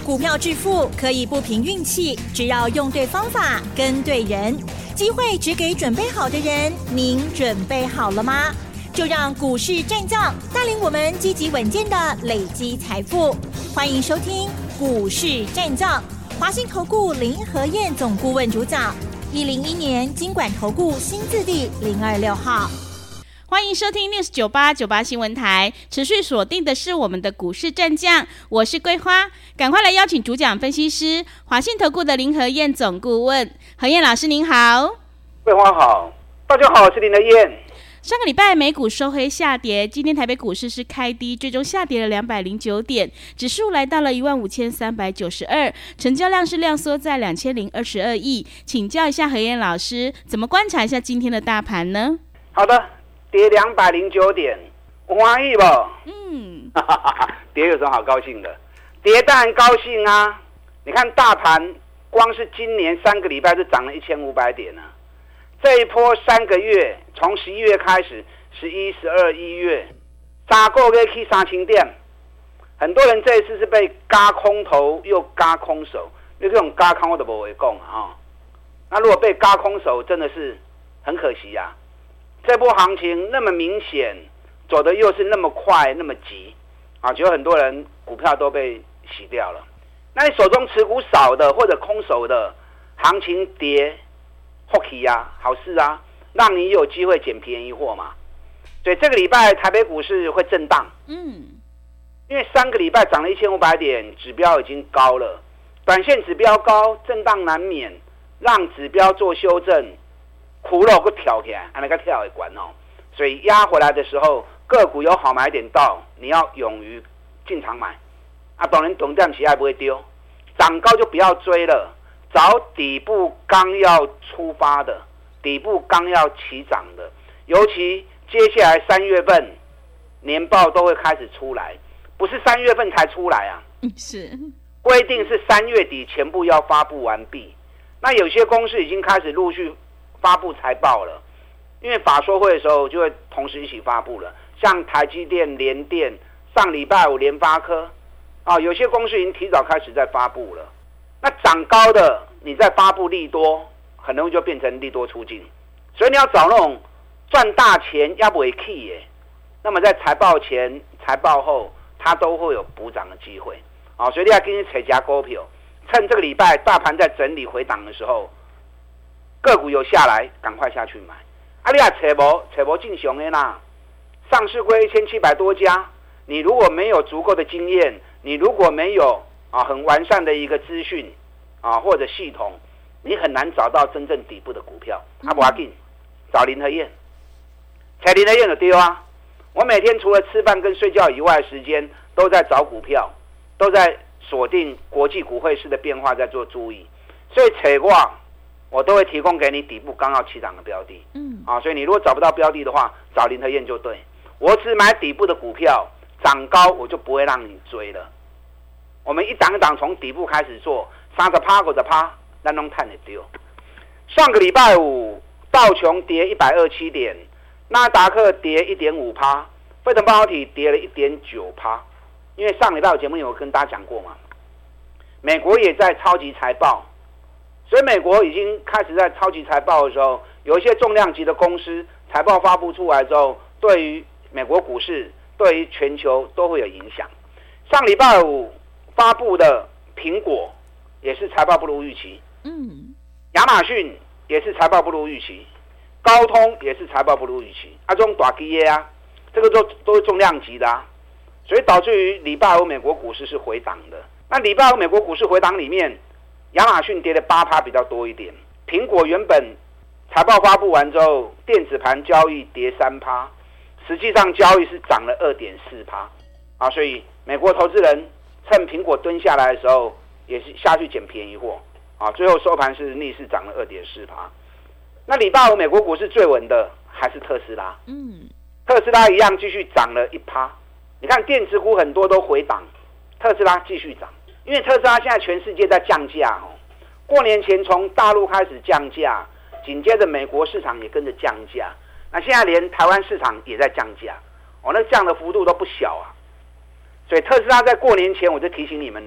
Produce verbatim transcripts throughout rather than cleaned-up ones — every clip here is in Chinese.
股票致富可以不凭运气，只要用对方法、跟对人。机会只给准备好的人，您准备好了吗？就让股市战将带领我们积极稳健的累积财富。欢迎收听股市战将，华信投顾林和彥总顾问主讲，一零一年金管投顾新字第零二六号。 欢迎收听 News 九八九八新闻台，持续锁定的是我们的股市战将，我是桂花，赶快来邀请主讲分析师华信投顾的林和彥总顾问，和彥老师您好。 桂花好，大家好，我是林和彥。 上个礼拜美股收黑下跌，今天台北股市是开低，最终下跌了两百零九点，指数来到了一万五千三百九十二，成交量是量缩在两千零二十二亿。请教一下和彥老师，怎么观察一下今天的大盘呢？ 好的，跌两百零九点，我欢喜不？ 嗯， 跌有什么好高兴的？跌当然高兴啊！你看大盘，光是今年三个礼拜就涨了一千五百点啊！这一波三个月，从十一月开始，十一、十二、一月，三个月去三千点。很多人这一次是被嘎空头又嘎空手，因为这种嘎空我都不会讲啊。那如果被嘎空手，真的是很可惜啊。这波行情那么明显，走的又是那么快那么急啊，就有很多人股票都被洗掉了。那你手中持股少的或者空手的，行情跌 hockey 啊，好事啊，让你有机会捡便宜货嘛。所以这个礼拜台北股市会震荡，嗯，因为三个礼拜涨了一千五百点，指标已经高了，短线指标高，震荡难免，让指标做修正。苦肉给跳起来，按那个跳也管哦，所以压回来的时候，个股有好买点到，你要勇于进场买。啊，当然短暂期还不会丢，涨高就不要追了，找底部刚要出发的，底部刚要起涨的，尤其接下来三月份年报都会开始出来，不是三月份才出来啊， 是规定是三月底全部要发布完毕。那有些公司已经开始陆续发布财报了，因为法说会的时候就会同时一起发布了，像台积电、联电，上礼拜五联发科，啊，有些公司已经提早开始在发布了。那涨高的，你再发布利多，很容易就变成利多出尽，所以你要找那种赚大钱要不为 key 耶。那么在财报前、财报后，它都会有补涨的机会，啊，所以你要跟你扯加股票，趁这个礼拜大盘在整理回档的时候。个股有下来，赶快下去买。啊，你啊，找无找无正常的啦。上市柜一千七百多家，你如果没有足够的经验，你如果没有啊很完善的一个资讯啊或者系统，你很难找到真正底部的股票。啊，不要紧，找林和彥，找林和彥就对啊。我每天除了吃饭跟睡觉以外的时间，都在找股票，都在锁定国际股汇市的变化，在做注意。所以找我。我都会提供给你底部刚要起涨的标的，嗯，啊，所以你如果找不到标的的话，找林和彥就对。我只买底部的股票，涨高我就不会让你追了。我们一档一档从底部开始做，三十趴、五十趴，咱拢赚得到。上个礼拜五，道琼跌一百二十七点，纳达克跌一点五趴，费城半导体跌了一点九趴。因为上礼拜有节目有跟大家讲过嘛，美国也在超级财报。所以美国已经开始在超级财报的时候，有一些重量级的公司财报发布出来之后，对于美国股市、对于全球都会有影响。上礼拜五发布的苹果也是财报不如预期，嗯，亚马逊也是财报不如预期，高通也是财报不如预期，啊，这种大企业啊，这个都都是重量级的啊，所以导致于礼拜五美国股市是回档的。那礼拜五美国股市回档里面。亚马逊跌了八趴比较多一点，苹果原本财报发布完之后，电子盘交易跌三趴，实际上交易是涨了二点四趴，啊，所以美国投资人趁苹果蹲下来的时候，也是下去捡便宜货，啊，最后收盘是逆势涨了二点四趴。那礼拜五美国股市最稳的还是特斯拉，嗯，特斯拉一样继续涨了一趴。你看电子股很多都回档，特斯拉继续涨。因为特斯拉现在全世界在降价哦，过年前从大陆开始降价，紧接着美国市场也跟着降价，那现在连台湾市场也在降价，哦，那降的幅度都不小啊。所以特斯拉在过年前我就提醒你们了，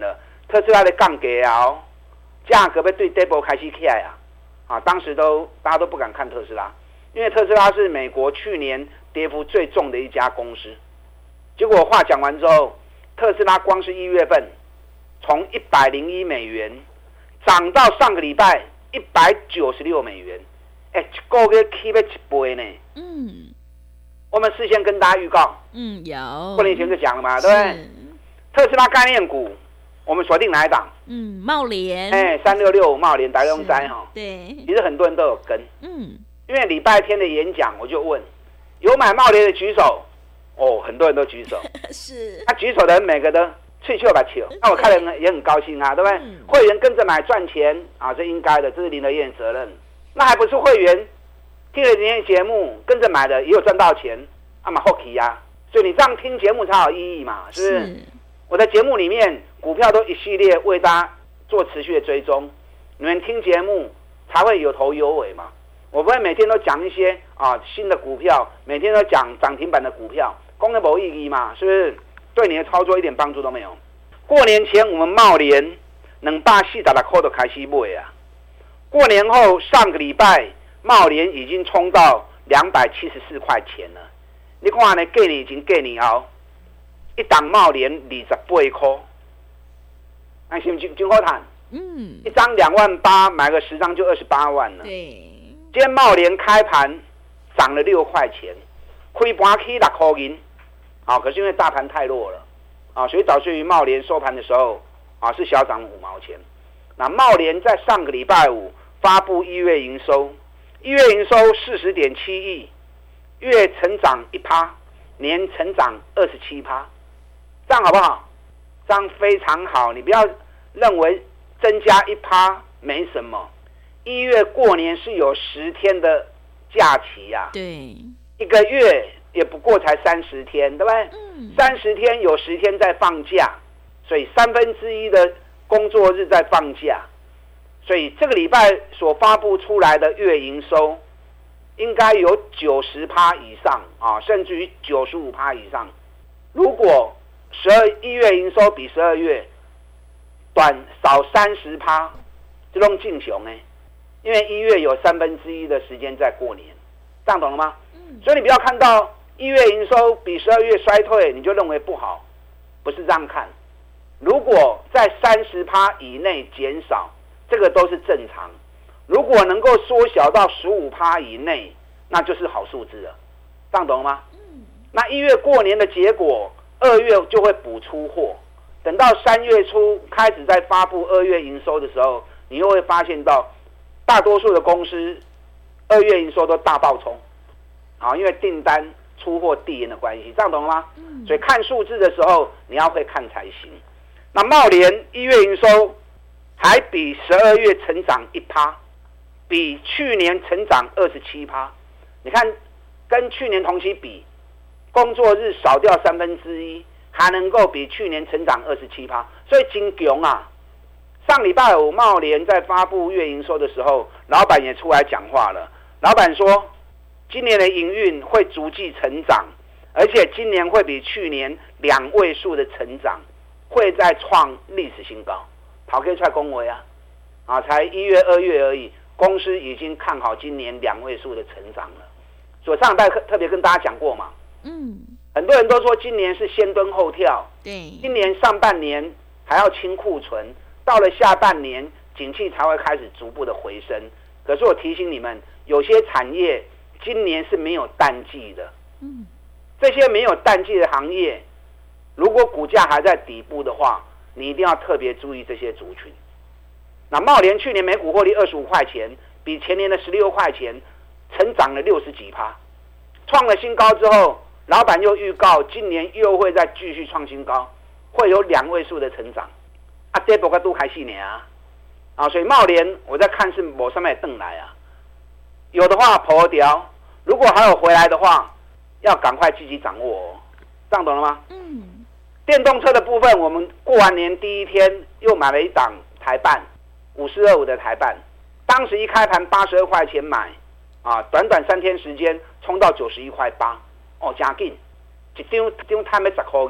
特斯拉的降价啊，价格要对底部开始起来啊，啊，当时都大家都不敢看特斯拉，因为特斯拉是美国去年跌幅最重的一家公司。结果话讲完之后，特斯拉光是一月份从一百零一美元涨到上个礼拜一百九十六美元，哎，一个月起了一倍呢。 嗯， 我们事先跟大家预告， 嗯，有， 过年前就讲了嘛，对不对？特斯拉概念股，我们锁定哪一档？ 嗯，茂联， 哎，三六六五茂联，大家用摘哈。 对， 其实很多人都有跟， 嗯， 因为礼拜天的演讲，我就问，有买茂联的举手，哦，很多人都举手， 是， 他举手的人每个都吹球把球，那我看了也很高兴啊，对不对？ 嗯、 会员跟着买赚钱啊，这应该的，这是林德燕责任。那还不是会员听了今天节目跟着买的也有赚到钱，啊嘛好奇呀，所以你这样听节目才有意义嘛，是不是？是我在节目里面股票都一系列为大家做持续的追踪，你们听节目才会有头有尾嘛。我不会每天都讲一些啊新的股票，每天都讲涨停板的股票，公的没意义嘛，是不是？对你的操作一点帮助都没有。过年前我们茂联两百四十六块就开始买啊，过年后上个礼拜茂联已经冲到两百七十四块钱了。你看呢？过年已经过年后，一档茂联二十八块，那是不是真好谈？ 嗯， 一张两万八，买个十张就二十八万了。 对， 今天茂联开盘涨了六块钱，开盘起六块银。啊，可是因为大盘太弱了，啊，所以导致于茂联收盘的时候，啊是小涨五毛钱。那茂联在上个礼拜五发布一月营收，一月营收四十点七亿，月成长一趴，年成长二十七趴，这样好不好？这样非常好，你不要认为增加一趴没什么。一月过年是有十天的假期呀、啊， 对， 一个月。也不过才三十天，对不对？ 嗯， 三十天有十天在放假，所以三分之一的工作日在放假，所以这个礼拜所发布出来的月营收，应该有九十趴以上啊，甚至于九十五趴以上。如果十二一月营收比十二月短少三十趴，这种进雄呢？因为一月有三分之一的时间在过年，这样懂了吗？嗯，所以你不要看到。一月营收比十二月衰退，你就认为不好，不是这样看。如果在三十趴以内减少，这个都是正常。如果能够缩小到十五趴以内，那就是好数字了。这样懂了吗？嗯。那一月过年的结果，二月就会补出货。等到三月初开始在发布二月营收的时候，你又会发现到，大多数的公司二月营收都大爆冲，啊，因为订单。出货递延的关系，这样懂了吗？嗯、所以看数字的时候，你要会看才行。那茂联一月营收还比十二月成长一趴，比去年成长二十七趴。你看，跟去年同期比，工作日少掉三分之一，还能够比去年成长二十七趴，所以真强啊！上礼拜五茂联在发布月营收的时候，老板也出来讲话了。老板说。今年的营运会逐季成长，而且今年会比去年两位数的成长，会再创历史新高。跑可以出来恭维啊，啊，才一月、二月而已，公司已经看好今年两位数的成长了。所以上礼拜特别跟大家讲过嘛，嗯，很多人都说今年是先蹲后跳， 对， 今年上半年还要清库存，到了下半年景气才会开始逐步的回升。可是我提醒你们，有些产业。今年是没有淡季的，嗯，这些没有淡季的行业，如果股价还在底部的话，你一定要特别注意这些族群。那茂联去年每股获利二十五块钱，比前年的十六块钱，成长了六十几趴，创了新高之后，老板又预告今年又会再继续创新高，会有两位数的成长。啊，这波个都开始年啊，啊，所以茂联我在看是某上面登来啊。有的话破掉，如果还有回来的话，要赶快积极掌握哦，这样懂了吗？嗯。电动车的部分，我们过完年第一天又买了一档台半五四二五的台半，当时一开盘八十二块钱买，啊，短短三天时间冲到九十一块八，哦，加紧，一张一张摊要十块银，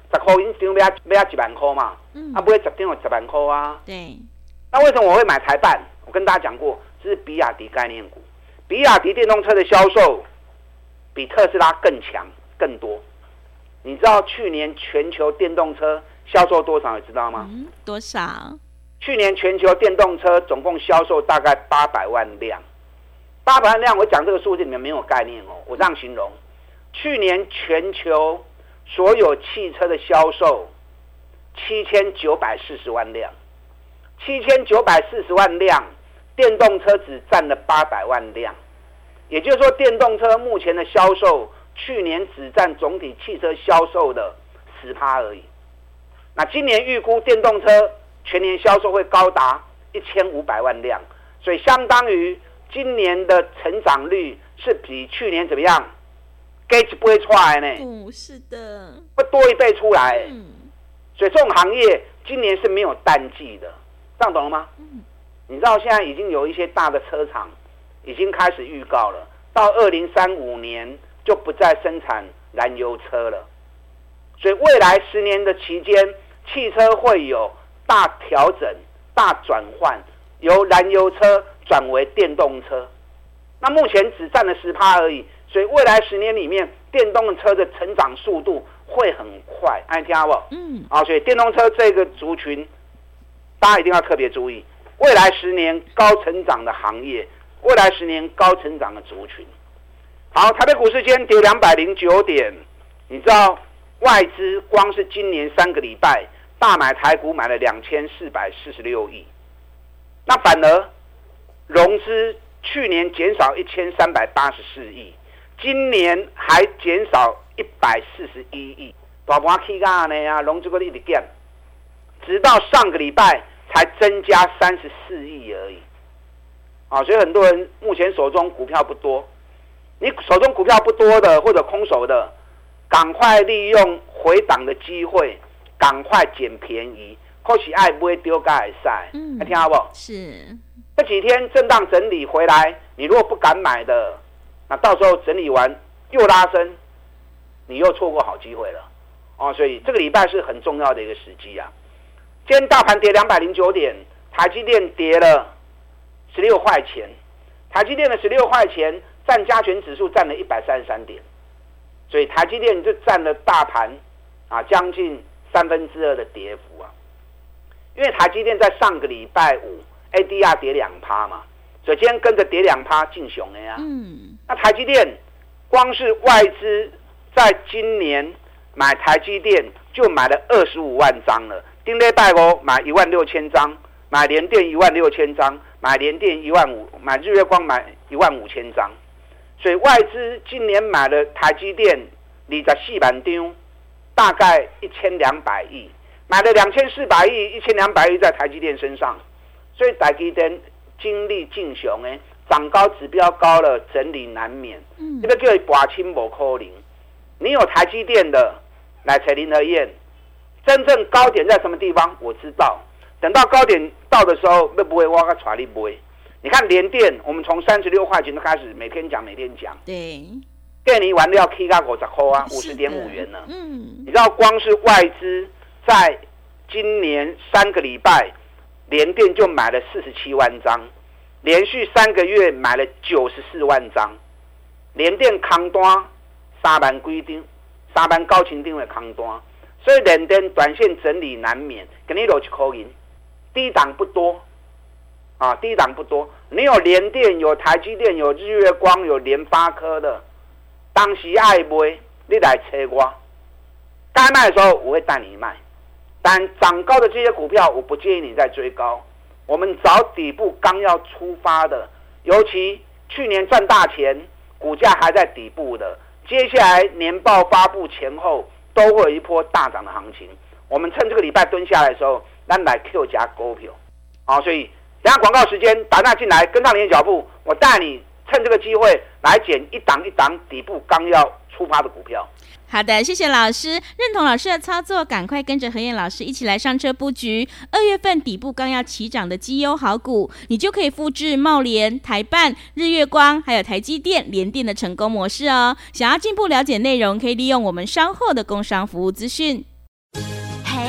十块银张要要一万块嘛， 嗯、 啊，买十张有十万块啊。 对。 那为什么我会买台办？我跟大家讲过，这是比亚迪概念股。比亚迪电动车的销售比特斯拉更强更多。你知道去年全球电动车销售多少？你知道吗？ 嗯，多少？ 去年全球电动车总共销售大概八百万辆。八百万辆，我讲这个数字你们没有概念哦。我这样形容，去年全球所有汽车的销售七千九百四十万辆，七千九百四十万辆，电动车只占了八百万辆，也就是说，电动车目前的销售，去年只占总体汽车销售的 百分之十 而已。那今年预估电动车全年销售会高达一千五百万辆，所以相当于今年的成长率是比去年怎么样？给一倍出来呢？ 不是的， 会多一倍出来。 嗯， 所以这种行业今年是没有淡季的，这样懂了吗？ 嗯， 你知道现在已经有一些大的车厂已经开始预告了，到二零三五年就不再生产燃油车了。所以未来十年的期间，汽车会有大调整、大转换，由燃油车转为电动车。那目前只占了 百分之十 而已，所以未来十年里面，电动车的成长速度会很快，爱听不？ 嗯， 啊，所以电动车这个族群，大家一定要特别注意，未来十年高成长的行业，未来十年高成长的族群。好，台北股市今天跌两百零九点，你知道外资光是今年三个礼拜大买台股买了两千四百四十六亿，那反而融资去年减少一千三百八十四亿，今年还减少一百四十一亿，大盘起价呢啊，融资个一直减，直到上个礼拜才增加三十四亿而已。啊，所以很多人目前手中股票不多，你手中股票不多的或者空手的，赶快利用回档的机会，赶快捡便宜，或许爱不会丢该还晒，嗯，还听好不好？ 是。 这几天震荡整理回来，你如果不敢买的，那到时候整理完又拉升，你又错过好机会了哦。所以这个礼拜是很重要的一个时机啊。今天大盘跌两百零九点，台积电跌了十六块钱，台积电的十六块钱占加权指数占了一百三十三点，所以台积电就占了大盘啊将近三分之二的跌幅啊。因为台积电在上个礼拜五 A D R 跌两趴嘛，所以今天跟着跌两趴进熊了呀。嗯，那台积电光是外资在今年买台积电就买了二十五万张了，顶礼拜五买一万六千张，买联电一万六千张，买联电一万五，买日月光买一万五千张，所以外资今年买了台积电二十四万张，大概一千两百亿，买了两千四百亿，一千两百亿在台积电身上。所以台积电经历进熊诶，涨高指标高了，整理难免。嗯，这个叫拔清不可能。你有台积电的来找林和燕，真正高点在什么地方？我知道。等到高点到的时候，会不会我个传你不会？你看联电，我们从三十六块钱就开始每天讲，每天讲。 对。 电力完了要 K 到五十块啊，五十点五元了。 嗯。 你知道光是外资在今年三个礼拜。联电就买了四十七万张，连续三个月买了九十四万张。联电空单三万几张，三万九千张的空单，所以联电短线整理难免，给你落一块银，低档不多啊，低档不多。你有联电、有台积电、有日月光、有联发科的，当时爱买，你来找我，该卖的时候我会带你卖。但涨高的这些股票，我不建议你再追高。我们找底部刚要出发的，尤其去年赚大钱，股价还在底部的，接下来年报发布前后都会有一波大涨的行情。我们趁这个礼拜蹲下来的时候，咱来 Q 加股票。好，所以等下广告时间打那进来，跟上你的脚步，我带你趁这个机会来捡一档一档底部刚要出发的股票。 好的，谢谢老师，认同老师的操作，赶快跟着和燕老师一起来上车布局二月份底部刚要起涨的绩优好股，你就可以复制茂联、台办、日月光还有台积电、联电的成功模式哦。想要进一步了解内容，可以利用我们稍后的工商服务资讯。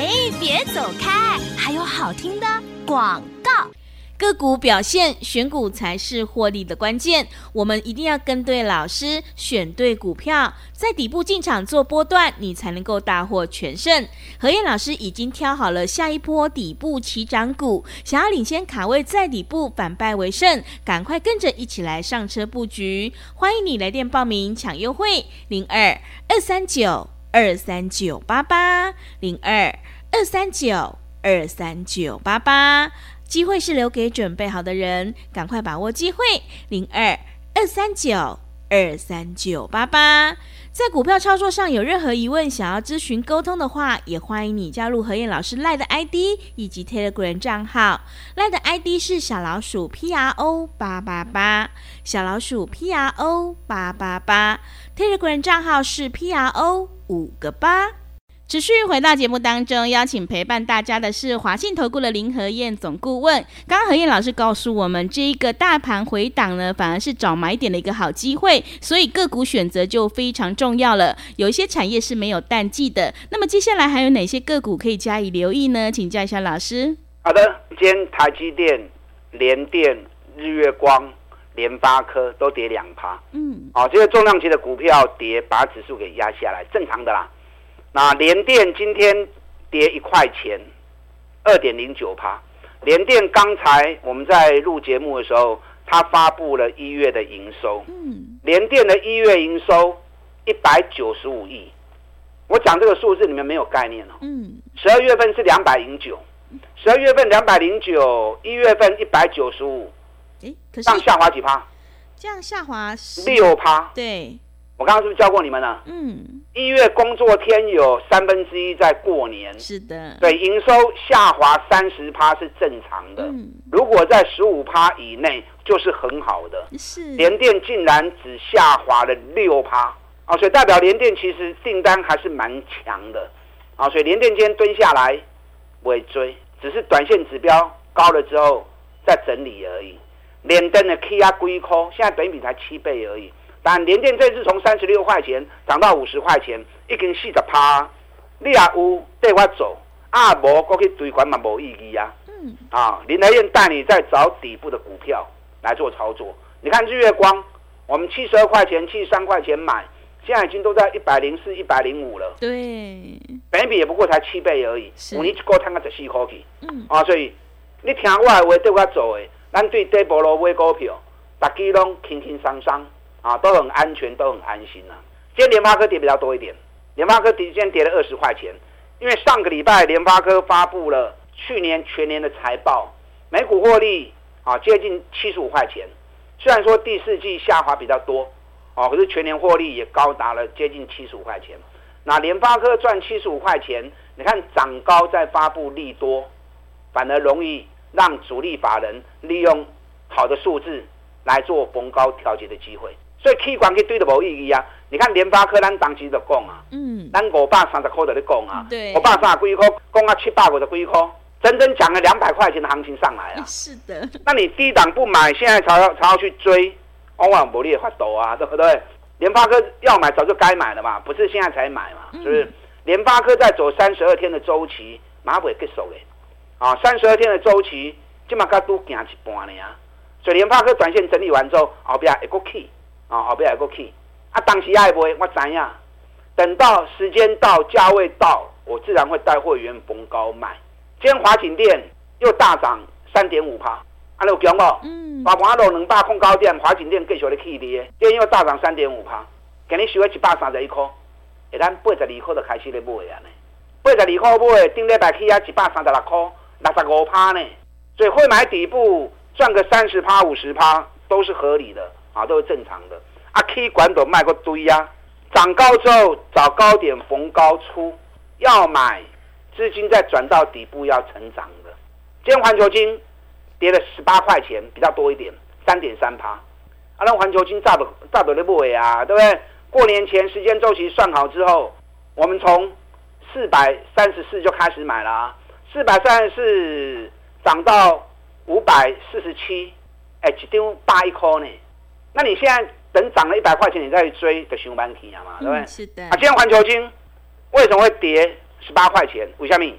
哎，别走开，还有好听的广告。 个股表现，选股才是获利的关键。我们一定要跟对老师，选对股票，在底部进场做波段，你才能够大获全胜。何燕老师已经挑好了下一波底部起涨股，想要领先卡位在底部反败为胜，赶快跟着一起来上车布局。欢迎你来电报名抢优惠，零二二三九二三九八八零二二三九二三九八八。机会是留给准备好的人，赶快把握机会，零二二三九二三九八八。在股票操作上有任何疑问，想要咨询沟通的话，也欢迎你加入何燕老师 LINE 的 I D 以及 Telegram 账号。LINE 的 I D 是小老鼠 P R O 八八八，小老鼠 P R O 八八八。Telegram 账号是 P R O 五个八。持续回到节目当中，邀请陪伴大家的是华信投顾的林和燕总顾问。刚刚和燕老师告诉我们，这一个大盘回档呢，反而是找买点的一个好机会，所以个股选择就非常重要了。有一些产业是没有淡季的，那么接下来还有哪些个股可以加以留意呢？请教一下老师。 好的，今天台积电、联电、日月光、联发科都跌两趴，嗯，好、哦，这些重量级的股票跌，把指数给压下来，正常的啦。那联电今天跌一块钱，二点零九趴。联电刚才我们在录节目的时候，它发布了一月的营收。嗯，联电的一月营收一百九十五亿。我讲这个数字你们没有概念哦。嗯，十二月份是两百零九，十二月份两百零九，一月份一百九十五。 哎，可是这样下滑几趴？ 这样下滑六趴。 对。 我刚刚是不是教过你们了？嗯，一月工作天有三分之一在过年， 是的， 对，营收下滑三十趴是正常的。嗯，如果在十五趴以内，就是很好的。是，联电竟然只下滑了六趴啊，所以代表联电其实订单还是蛮强的啊，所以联电今天蹲下来尾追，只是短线指标高了之后再整理而已。联电的 K 压几块，现在本比才七倍而已。但联电这次从三十六块钱涨到五十块钱，已经四十趴，你也有带我走，啊无过去追款嘛无意义啊。嗯，啊，林和燕带你在找底部的股票来做操作。你看日月光，我们七十二块钱、七十三块钱买，现在已经都在一百零四、一百零五了。 对， 本比也不过才七倍而已，五年一个摊个十四块去。嗯，啊，所以你听我的话对我走的，咱对底部路买股票，大家拢轻轻松松。啊，都很安全，都很安心啊。今天联发科跌比较多一点，联发科今天跌了二十块钱，因为上个礼拜联发科发布了去年全年的财报，每股获利啊接近七十五块钱。虽然说第四季下滑比较多，哦、啊，可是全年获利也高达了接近七十五块钱。那联发科赚七十五块钱，你看涨高再发布利多，反而容易让主力法人利用好的数字来做逢高调节的机会。所以起管去对都无意义啊！你看联发科，咱当时就讲啊，嗯，咱五百三十块就咧讲啊， 对， 五百三十几块，讲到七百五十几块，整整讲了两百块钱的行情上来啊！ 是的， 那你低档不买，现在才要才要去追，往往无你的法度啊，对不对？联发科要买早就该买了嘛，不是现在才买嘛，是不是？联发科在走三十二天的周期，马上会结束的啊！三十二天的周期，今嘛才拄行一半呢啊！所以联发科短线整理完之后，后边会过去。啊，后边还过去，啊，当时爱买，我知影。等到时间到，价位到，我自然会带会员逢高卖。今天华景店又大涨三点五趴，啊，有强不？嗯。大盘落两百控高点，华景店继续咧起跌，今天又大涨三点五趴，今日收喺一百三十一块，下咱八十二块就开始咧买啊呢。八十二块买，顶礼拜起啊一百三十六块，六十五趴呢。所以会买底部赚个三十趴、五十趴都是合理的。啊，都是正常的。啊 ，K 管都卖个堆啊，涨高之后找高点逢高出，要买资金再转到底部要成长的。今天环球金跌了十八块钱，比较多一点，三点三趴。啊，那环球金炸的炸的咧买啊，对不对？过年前时间周期算好之后，我们从四百三十四就开始买了啊，四百三十四涨到五百四十七，哎，一张八一块呢。那你现在等涨了一百块钱，你再去追的熊班体啊嘛，对不对？ 是的。啊， 今天环球金为什么会跌十八块钱？为什么？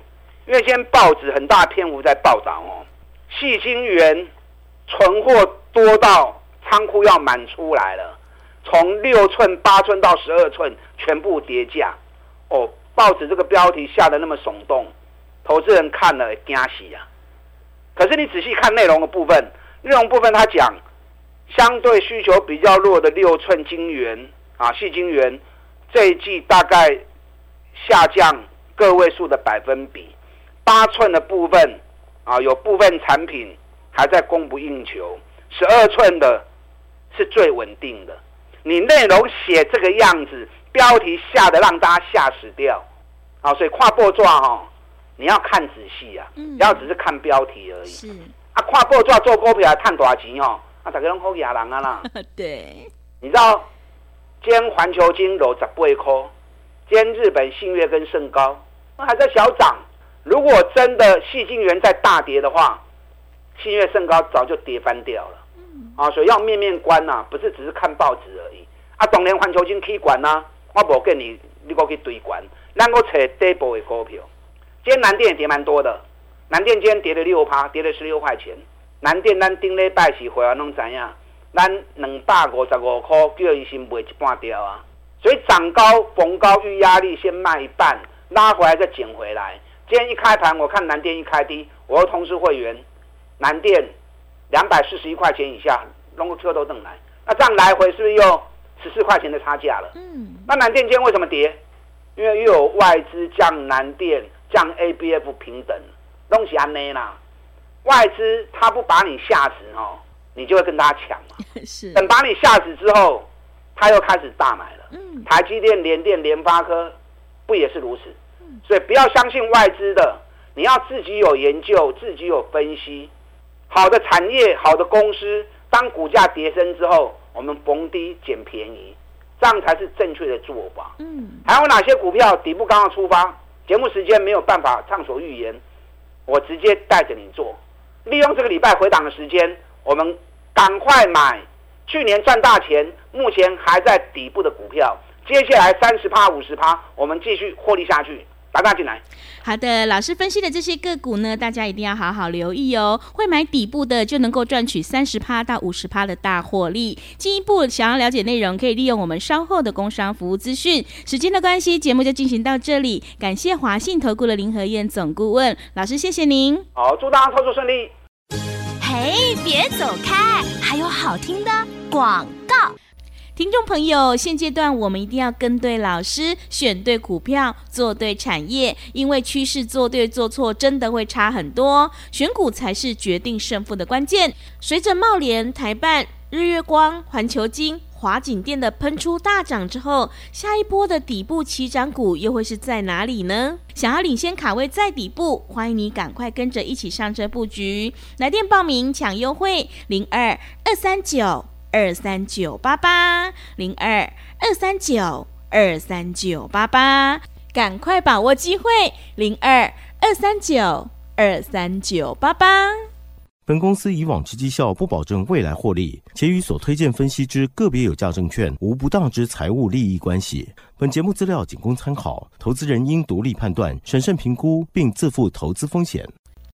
因为今天报纸很大篇幅在报道哦，矽晶圆存货多到仓库要满出来了，从六寸、八寸到十二寸全部跌价。哦，报纸这个标题下得那么耸动，投资人看了惊死啊！可是你仔细看内容的部分，内容部分他讲，相对需求比较弱的六寸晶圆啊，矽晶圆这一季大概下降个位数的百分比。八寸的部分啊，有部分产品还在供不应求，十二寸的是最稳定的。你内容写这个样子，标题下的让大家吓死掉啊！所以看报纸哈，你要看仔细啊，嗯、不要只是看标题而已。是啊，看报纸做股票赚大钱哦，啊，大家拢好野人啊啦。对，你知道今天环球金落十八块，今天日本信越跟盛高还在小涨。如果真的矽晶圆在大跌的话，信越盛高早就跌翻掉了。嗯、啊，所以要面面观呐、啊，不是只是看报纸而已。啊，当然环球金起管呐，我无跟你，你搁去追管，咱搁找底部的股票。今天南电也跌蛮多的，南电今天跌了六趴，跌了十六块钱。南电咱顶礼拜是会员拢知影，咱两百五十五块叫伊先卖一半掉啊。所以涨高逢高遇压力，先卖一半，拉回来再捡回来。今天一开盘，我看南电一开低，我又通知会员，南电两百四十一块钱以下，弄个 Q 都登来，那这样来回是不是又十四块钱的差价了？嗯，那南电今天为什么跌？因为又有外资降南电、降 A B F 平等，东西安内啦。外资他不把你吓死哦，你就会跟他抢嘛。是，等把你吓死之后，他又开始大买了。嗯，台积电、联电、联发科不也是如此？所以不要相信外资的，你要自己有研究，自己有分析。好的产业、好的公司，当股价跌升之后，我们逢低捡便宜，这样才是正确的做法。嗯，还有哪些股票底部刚刚出发，节目时间没有办法畅所欲言，我直接带着你做。利用这个礼拜回档的时间，我们赶快买去年赚大钱，目前还在底部的股票，接下来 百分之三十、百分之五十， 我们继续获利下去。打打进来。 好的，老师分析的这些个股呢，大家一定要好好留意哦。会买底部的就能够赚取 百分之三十 到 百分之五十 的大获利。进一步想要了解内容，可以利用我们稍后的工商服务资讯。时间的关系，节目就进行到这里。感谢华信投顾的林和燕总顾问老师，谢谢您。 好，祝大家操作顺利。 嘿，别走开，还有好听的广告。 听众朋友，现阶段我们一定要跟对老师，选对股票，做对产业，因为趋势做对做错真的会差很多，选股才是决定胜负的关键。随着茂联、台半、日月光、环球金、华景电的喷出大涨之后，下一波的底部起涨股又会是在哪里呢？想要领先卡位在底部，欢迎你赶快跟着一起上车布局，来电报名抢优惠零二二三九二三九八八零二二三九二三九八八，赶快把握机会零二二三九二三九八八。 本公司以往之绩效不保证未来获利，且与所推荐分析之个别有价证券无不当之财务利益关系。本节目资料仅供参考，投资人应独立判断、审慎评估，并自负投资风险。